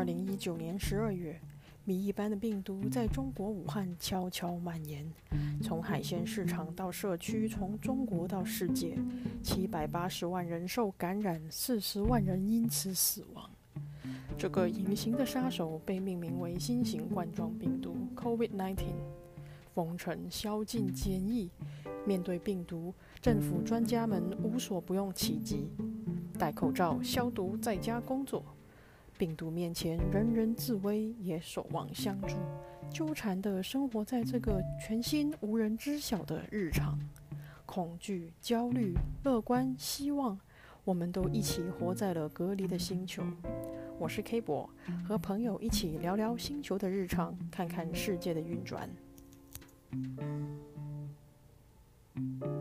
2019年12月，谜一般的病毒在中国武汉悄悄蔓延，从海鲜市场到社区，从中国到世界，780万人受感染，40万人因此死亡。这个隐形的杀手被命名为新型冠状病毒 COVID-19。封城、宵禁、检疫，面对病毒，政府专家们无所不用其极，戴口罩、消毒、在家工作。病毒面前，人人自危，也守望相助，纠缠地生活在这个全新无人知晓的日常。恐惧、焦虑、乐观、希望，我们都一起活在了隔离的星球。我是 K 博，和朋友一起聊聊星球的日常，看看世界的运转。